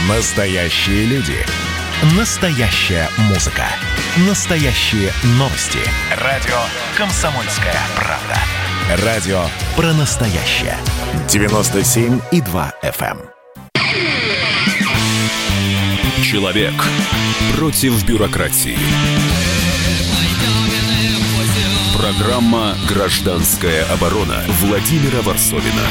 Настоящие люди. Настоящая музыка. Настоящие новости. Радио «Комсомольская правда». Радио про настоящее. 97,2 FM. Человек против бюрократии. Программа «Гражданская оборона» Владимира Варсовина.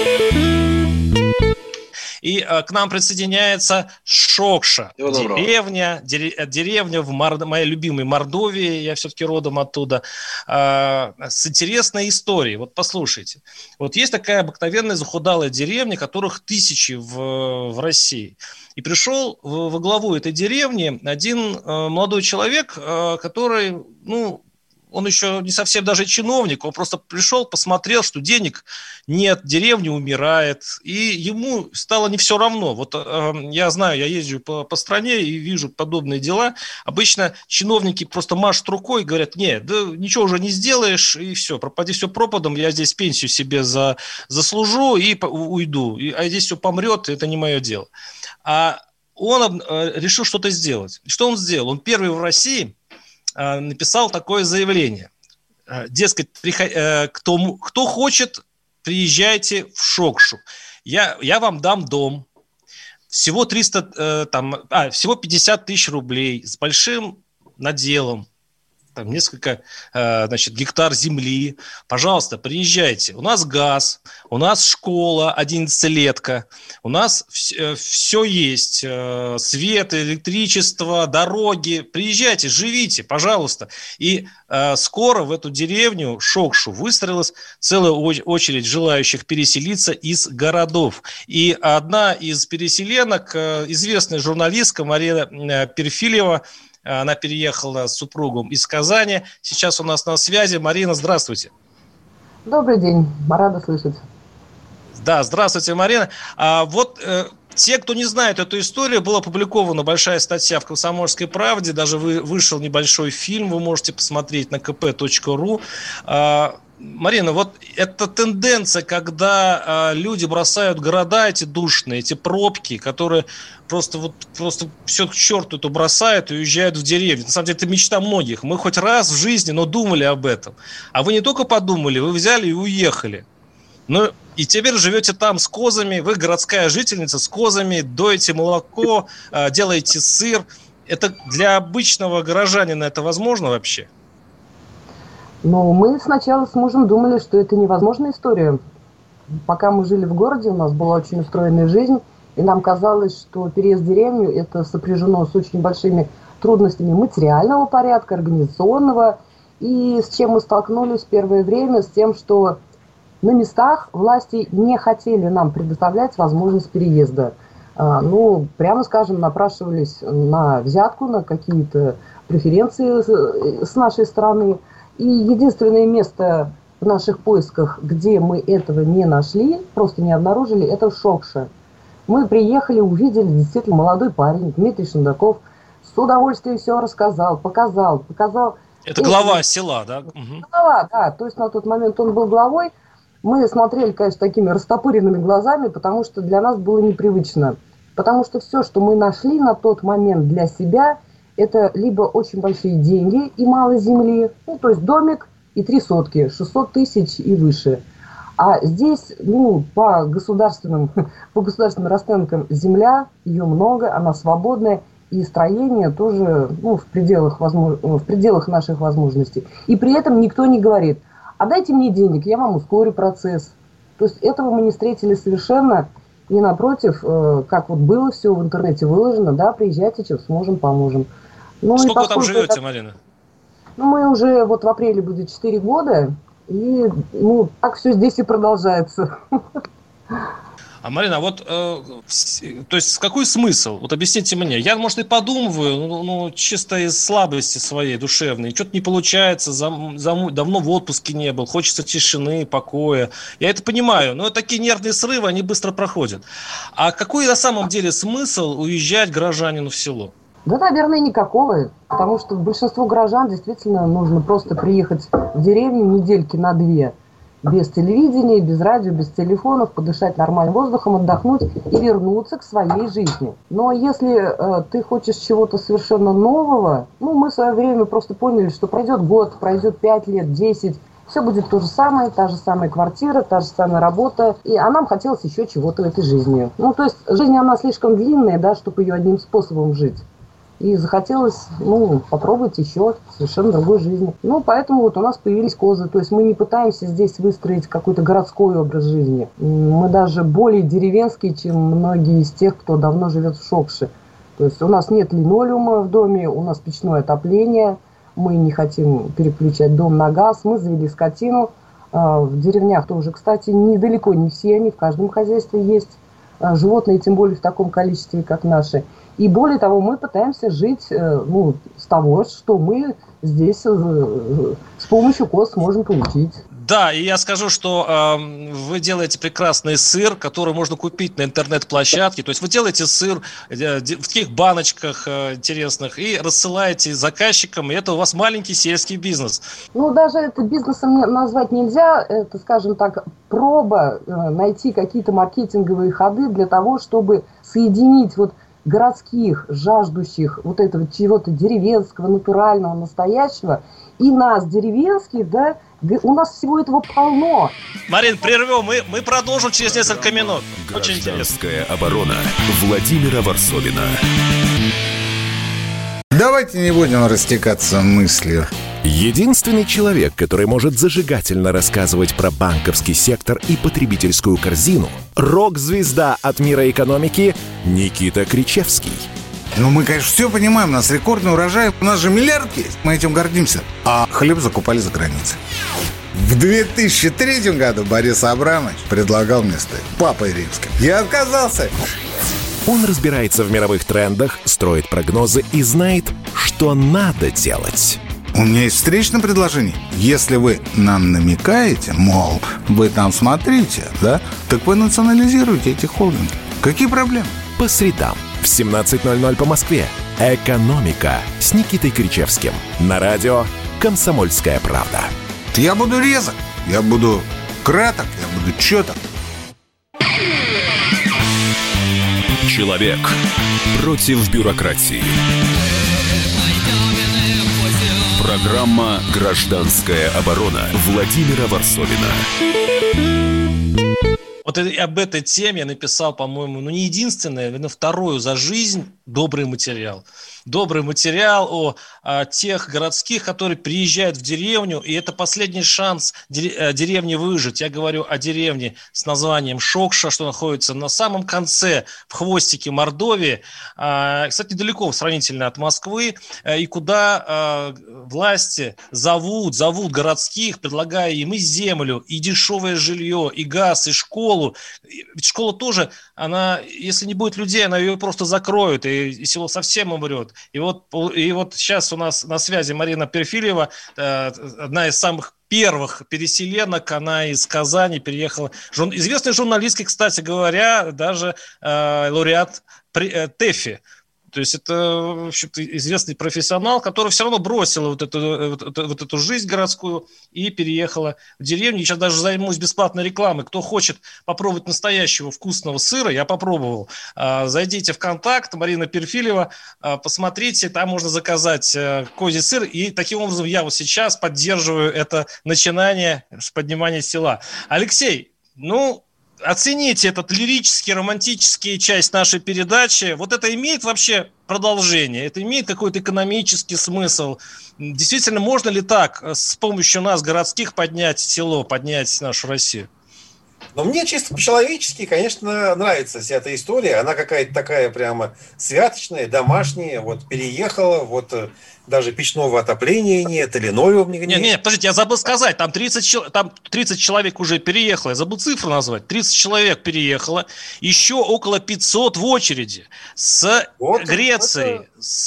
И к нам присоединяется Шокша. Деревня в моей любимой Мордовии, я все-таки родом оттуда, с интересной историей. Вот послушайте. Вот есть такая обыкновенная захудалая деревня, которых тысячи в России. И пришел во главу этой деревни один молодой человек, который, он еще не совсем даже чиновник, он просто пришел, посмотрел, что денег нет, деревня умирает, и ему стало не все равно. Вот я знаю, я езжу по стране и вижу подобные дела. Обычно чиновники просто машут рукой и говорят: нет, да ничего уже не сделаешь, и все, пропади все пропадом, я здесь пенсию себе заслужу и уйду. А здесь все помрет, это не мое дело. А он решил что-то сделать. И что он сделал? Он первый в России написал такое заявление. Дескать, кто хочет, приезжайте в Шокшу. Я вам дам дом. Всего 50 тысяч рублей с большим наделом. Там несколько, гектар земли. Пожалуйста, приезжайте. У нас газ, у нас школа 11-летка, у нас все есть. Свет, электричество, дороги. Приезжайте, живите, пожалуйста. И скоро в эту деревню, Шокшу, выстроилась целая очередь желающих переселиться из городов. И одна из переселенок, известная журналистка Марина Перфильева, она переехала с супругом из Казани. Сейчас у нас на связи. Марина, здравствуйте. Добрый день. Рада слышать. Да, здравствуйте, Марина. Те, кто не знает эту историю, была опубликована большая статья в «Комсомольской правде». Даже вышел небольшой фильм, вы можете посмотреть на kp.ru. Марина, вот эта тенденция, когда люди бросают города эти душные, эти пробки, которые просто все к черту это бросают и уезжают в деревню. На самом деле, это мечта многих. Мы хоть раз в жизни, но думали об этом. А вы не только подумали, вы взяли и уехали. И теперь живете там с козами, вы городская жительница с козами, доите молоко, делаете сыр. Это для обычного горожанина это возможно вообще? Мы сначала с мужем думали, что это невозможная история. Пока мы жили в городе, у нас была очень устроенная жизнь, и нам казалось, что переезд в деревню это сопряжено с очень большими трудностями материального порядка, организационного. И с чем мы столкнулись в первое время, с тем, что на местах власти не хотели нам предоставлять возможность переезда. Прямо скажем, напрашивались на взятку, на какие-то преференции с нашей стороны. И единственное место в наших поисках, где мы этого не нашли, просто не обнаружили, это Шокша. Мы приехали, увидели действительно молодой парень, Дмитрий Шендаков, с удовольствием все рассказал, показал. Это глава села, да? Глава, да. То есть на тот момент он был главой. Мы смотрели, конечно, такими растопыренными глазами, потому что для нас было непривычно. Потому что все, что мы нашли на тот момент для себя, это либо очень большие деньги и мало земли, то есть домик и 3 сотки, 600 тысяч и выше. А здесь, по государственным расценкам земля, ее много, она свободная, и строение тоже в пределах наших возможностей. И при этом никто не говорит: а дайте мне денег, я вам ускорю процесс. То есть этого мы не встретили совершенно. И напротив, как было все в интернете выложено, да, приезжайте, чем сможем, поможем. Сколько вы там живете, Марина? Мы уже в апреле будет 4 года, и так все здесь и продолжается. А, Марина, то есть какой смысл? Объясните мне. Я, может, и подумываю, чисто из слабости своей душевной. Что-то не получается, давно в отпуске не был, хочется тишины, покоя. Я это понимаю, но такие нервные срывы, они быстро проходят. А какой на самом деле смысл уезжать горожанину в село? Да, наверное, никакого, потому что большинству горожан действительно нужно просто приехать в деревню недельки на 2 без телевидения, без радио, без телефонов, подышать нормальным воздухом, отдохнуть и вернуться к своей жизни. Но если ты хочешь чего-то совершенно нового, мы в свое время просто поняли, что пройдет год, пройдет 5 лет, 10, все будет то же самое, та же самая квартира, та же самая работа, а нам хотелось еще чего-то в этой жизни. То есть жизнь, она слишком длинная, да, чтобы ее одним способом жить. И захотелось, попробовать еще совершенно другой жизни. Поэтому вот у нас появились козы. То есть мы не пытаемся здесь выстроить какой-то городской образ жизни. Мы даже более деревенские, чем многие из тех, кто давно живет в Шокше. То есть у нас нет линолеума в доме, у нас печное отопление. Мы не хотим переключать дом на газ. Мы завели скотину. В деревнях тоже, кстати, недалеко не все они, в каждом хозяйстве есть животные, тем более в таком количестве, как наши. И более того, мы пытаемся жить с того, что мы здесь с помощью коз можем получить. Да, и я скажу, что вы делаете прекрасный сыр, который можно купить на интернет-площадке. То есть вы делаете сыр в таких баночках интересных и рассылаете заказчикам, и это у вас маленький сельский бизнес. Даже это бизнесом назвать нельзя. Это, скажем так, проба найти какие-то маркетинговые ходы для того, чтобы соединить городских, жаждущих этого чего-то деревенского, натурального, настоящего, и нас, деревенских, да, у нас всего этого полно. Марин, прервем, мы продолжим через несколько минут. Очень интересно. Гражданская оборона Владимира Варсовина. Давайте не будем растекаться мыслью. Единственный человек, который может зажигательно рассказывать про банковский сектор и потребительскую корзину – рок-звезда от мира экономики Никита Кричевский. Мы, конечно, все понимаем, у нас рекордный урожай, у нас же миллиард есть, мы этим гордимся. А хлеб закупали за границей. В 2003 году Борис Абрамович предлагал мне стать папой римским. Я отказался. Он разбирается в мировых трендах, строит прогнозы и знает, что надо делать. У меня есть встречное предложение. Если вы нам намекаете, мол, вы там смотрите, да, так вы национализируете эти холдинги. Какие проблемы? По средам в 17:00 по Москве. «Экономика» с Никитой Кричевским. На радио «Комсомольская правда». Я буду резок, я буду краток, я буду чёток. Человек против бюрократии. Программа «Гражданская оборона» Владимира Варсовина. Об этой теме я написал, по-моему, не единственное, но вторую за жизнь добрый материал. Добрый материал о тех городских, которые приезжают в деревню, и это последний шанс деревни выжить. Я говорю о деревне с названием Шокша, что находится на самом конце, в хвостике Мордовии. Кстати, недалеко сравнительно от Москвы, и куда власти зовут городских, предлагая им и землю, и дешевое жилье, и газ, и школу. Ведь школа тоже, она, если не будет людей, она ее просто закроет, и село совсем умрет. И вот сейчас у нас на связи Марина Перфильева, одна из самых первых переселенок, она из Казани переехала. Известный журналистка, кстати говоря, даже лауреат ТЭФИ. То есть это, в общем-то, известный профессионал, который все равно бросил вот эту жизнь городскую и переехала в деревню. И сейчас даже займусь бесплатной рекламой. Кто хочет попробовать настоящего вкусного сыра, я попробовал. Зайдите в «Контакт», Марина Перфильева, посмотрите, там можно заказать козий сыр. И таким образом я вот сейчас поддерживаю это начинание с поднимания села. Алексей, оцените этот лирический, романтический часть нашей передачи. Вот это имеет вообще продолжение? Это имеет какой-то экономический смысл? Действительно, можно ли так с помощью нас, городских, поднять село, поднять нашу Россию? Но мне чисто по-человечески, конечно, нравится вся эта история. Она какая-то такая прямо святочная, домашняя. Вот переехала, даже печного отопления нет, или линолеум нет. Нет, подождите, я забыл сказать, там 30 человек уже переехало, я забыл цифру назвать, 30 человек переехало, еще около 500 в очереди с Греции,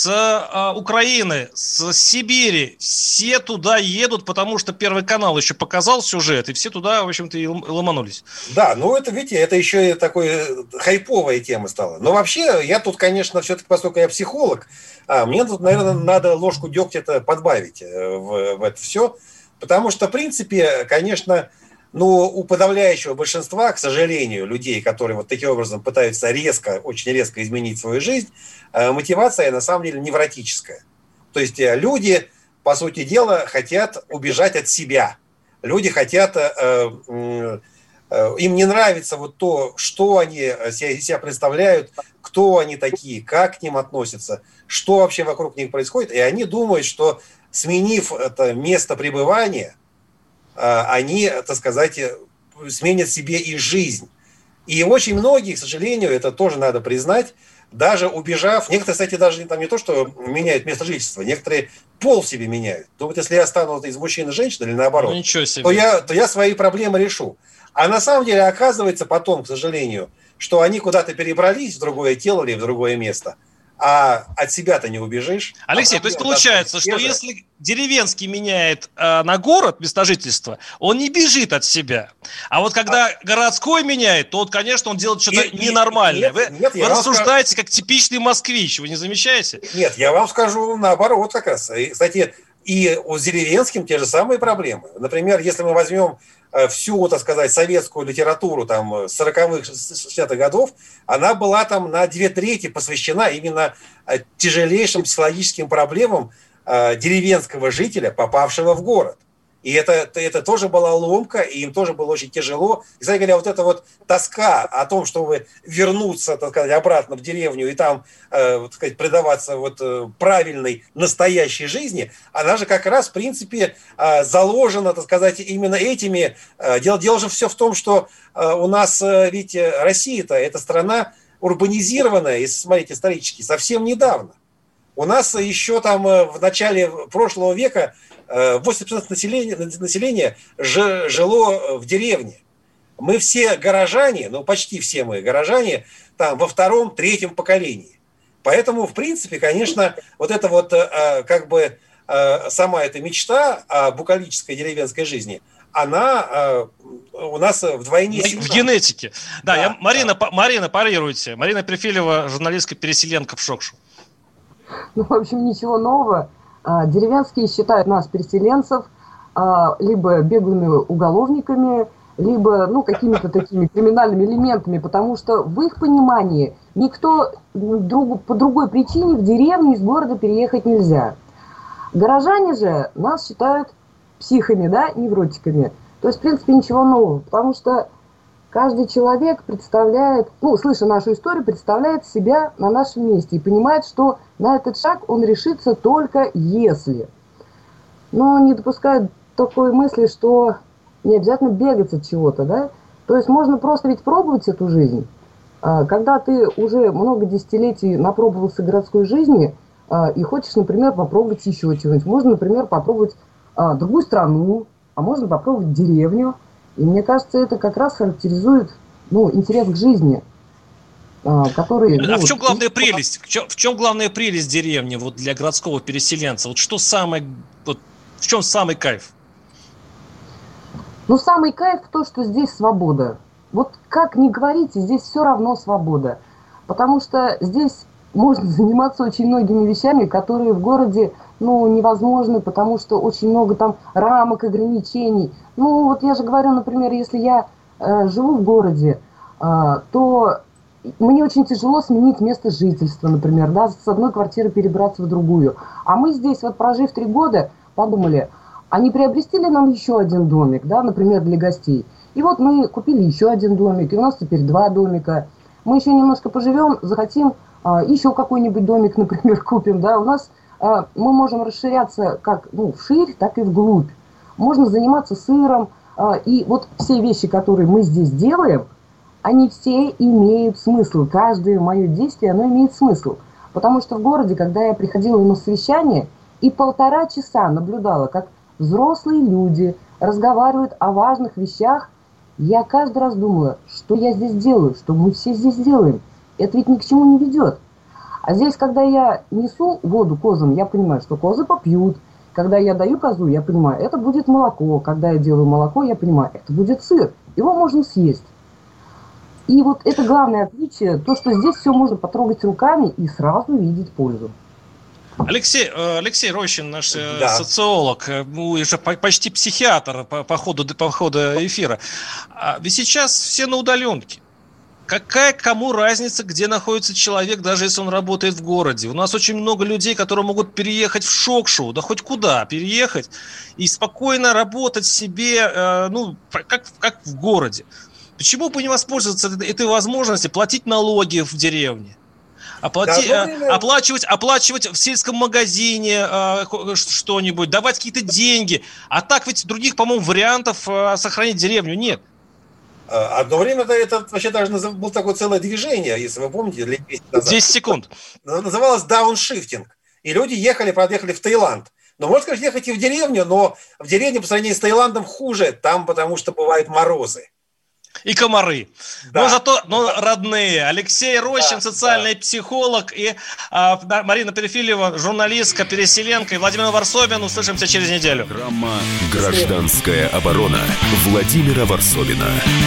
с Украины, с Сибири, все туда едут, потому что Первый канал еще показал сюжет, и все туда, в общем-то, и ломанулись. Да, это, видите, это еще и такой хайповая тема стала. Но вообще, я тут, конечно, все-таки, поскольку я психолог, мне тут, наверное, надо ложку дегтя подбавить в это все, потому что, в принципе, конечно, Но у подавляющего большинства, к сожалению, людей, которые вот таким образом пытаются очень резко изменить свою жизнь, мотивация на самом деле невротическая. То есть люди, по сути дела, хотят убежать от себя. Люди хотят, им не нравится вот то, что они из себя представляют, кто они такие, как к ним относятся, что вообще вокруг них происходит. И они думают, что сменив это место пребывания, они, так сказать, сменят себе и жизнь. И очень многие, к сожалению, это тоже надо признать, даже убежав, некоторые, кстати, даже там не то, что меняют место жительства, некоторые пол в себе меняют. Думают, если я стану из мужчины женщины или наоборот, то я свои проблемы решу. А на самом деле оказывается потом, к сожалению, что они куда-то перебрались в другое тело или в другое место, а от себя-то не убежишь. Алексей, то есть получается, что если деревенский меняет на город место жительства, он не бежит от себя. А вот когда городской меняет, то, конечно, он делает что-то ненормальное. Вы рассуждаете как типичный москвич, вы не замечаете? Нет, я вам скажу наоборот как раз. И, кстати, и у деревенским те же самые проблемы. Например, если мы возьмем всю, так сказать, советскую литературу там 40-х, 60-х годов, она была там на 2/3 посвящена именно тяжелейшим психологическим проблемам деревенского жителя, попавшего в город. И это тоже была ломка, и им тоже было очень тяжело. И, кстати говоря, вот эта вот тоска о том, чтобы вернуться, так сказать, обратно в деревню и там, так сказать, предаваться вот правильной, настоящей жизни, она же как раз, в принципе, заложена, так сказать, именно этими. Дело же все в том, что у нас ведь Россия-то, это страна урбанизированная, если смотреть исторически, совсем недавно. У нас еще там в начале прошлого века 80% населения жило в деревне. Мы все горожане, ну почти все мы горожане, там во 2-3 поколении. Поэтому, в принципе, конечно, вот это вот как бы сама эта мечта о букалической деревенской жизни, она у нас вдвойне сильна. В генетике. Да, Марина, парируйте. Марина Перфилева, журналистка «Переселенка» в Шокшу. Ну, в общем, ничего нового. Деревенские считают нас, переселенцев, либо беглыми уголовниками, либо какими-то такими криминальными элементами, потому что в их понимании никто по другой причине в деревню из города переехать нельзя. Горожане же нас считают психами, невротиками. То есть, в принципе, ничего нового, потому что каждый человек представляет, слыша нашу историю, представляет себя на нашем месте и понимает, что на этот шаг он решится только если. Но не допускает такой мысли, что не обязательно бегать от чего-то, То есть можно просто ведь пробовать эту жизнь. Когда ты уже много десятилетий напробовался городской жизни и хочешь, например, попробовать еще чего-нибудь. Можно, например, попробовать другую страну, а можно попробовать деревню. И мне кажется, это как раз характеризует интерес к жизни, который... в чем главная прелесть? В чем главная прелесть деревни вот для городского переселенца? Вот что самое... Вот в чем самый кайф? Самый кайф в том, что здесь свобода. Вот как ни говорите, здесь все равно свобода. Потому что здесь можно заниматься очень многими вещами, которые в городе невозможны, потому что очень много там рамок, ограничений. Вот я же говорю, например, если я живу в городе, то мне очень тяжело сменить место жительства, например, с одной квартиры перебраться в другую. А мы здесь, прожив 3 года, подумали, а не приобрести ли нам еще один домик, например, для гостей. И вот мы купили еще один домик, и у нас теперь 2 домика. Мы еще немножко поживем, захотим еще какой-нибудь домик, например, купим, у нас мы можем расширяться как вширь, так и вглубь. Можно заниматься сыром. И вот все вещи, которые мы здесь делаем, они все имеют смысл. Каждое мое действие, оно имеет смысл. Потому что в городе, когда я приходила на совещание и 1,5 часа наблюдала, как взрослые люди разговаривают о важных вещах, я каждый раз думала, что я здесь делаю, что мы все здесь делаем. Это ведь ни к чему не ведет. А здесь, когда я несу воду козам, я понимаю, что козы попьют. Когда я даю козу, я понимаю, это будет молоко. Когда я делаю молоко, я понимаю, это будет сыр. Его можно съесть. И вот это главное отличие, то, что здесь все можно потрогать руками и сразу видеть пользу. Алексей Рощин, наш социолог, уже почти психиатр по ходу эфира. Ведь сейчас все на удаленке. Какая кому разница, где находится человек, даже если он работает в городе? У нас очень много людей, которые могут переехать в шок-шоу, да хоть куда переехать и спокойно работать себе, как в городе. Почему бы не воспользоваться этой возможностью, платить налоги в деревне? Оплачивать в сельском магазине что-нибудь, давать какие-то деньги. А так ведь других, по-моему, вариантов сохранить деревню нет. Одно время это вообще даже было такое целое движение, если вы помните, лет 10 назад. 10 секунд. Называлось дауншифтинг. И люди подъехали в Таиланд. Но можно, конечно, ехать и в деревню, но в деревне по сравнению с Таиландом хуже, там потому что бывают морозы. И комары. Да. Но родные. Алексей Рощин, социальный психолог, и Марина Перефильева, журналистка, переселенка, и Владимир Варсобин. Услышимся через неделю. Программа «Гражданская оборона» Владимира Варсобина.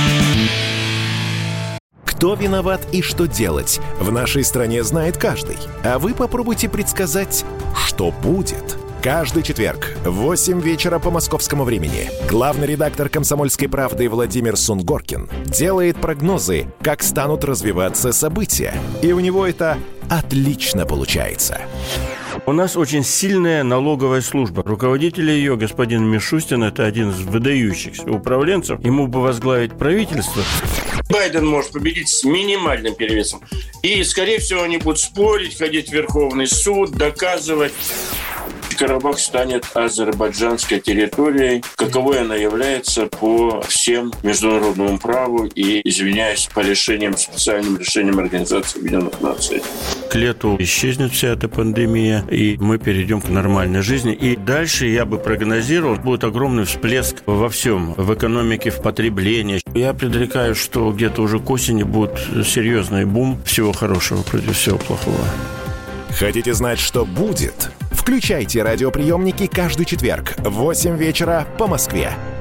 Кто виноват и что делать, в нашей стране знает каждый. А вы попробуйте предсказать, что будет. Каждый четверг в 8 вечера по московскому времени главный редактор «Комсомольской правды» Владимир Сунгоркин делает прогнозы, как станут развиваться события. И у него это отлично получается. У нас очень сильная налоговая служба. Руководитель ее, господин Мишустин, это один из выдающихся управленцев. Ему бы возглавить правительство. Байден может победить с минимальным перевесом. И, скорее всего, они будут спорить, ходить в Верховный суд, доказывать. Карабах станет азербайджанской территорией, каковой она является по всем международному праву и, извиняюсь, по специальным решениям Организации Объединенных Наций. К лету исчезнет вся эта пандемия, и мы перейдем к нормальной жизни. И дальше, я бы прогнозировал, будет огромный всплеск во всем, в экономике, в потреблении. Я предрекаю, что где-то уже к осени будет серьезный бум всего хорошего против всего плохого. Хотите знать, что будет? Включайте радиоприемники каждый четверг в 8 вечера по Москве.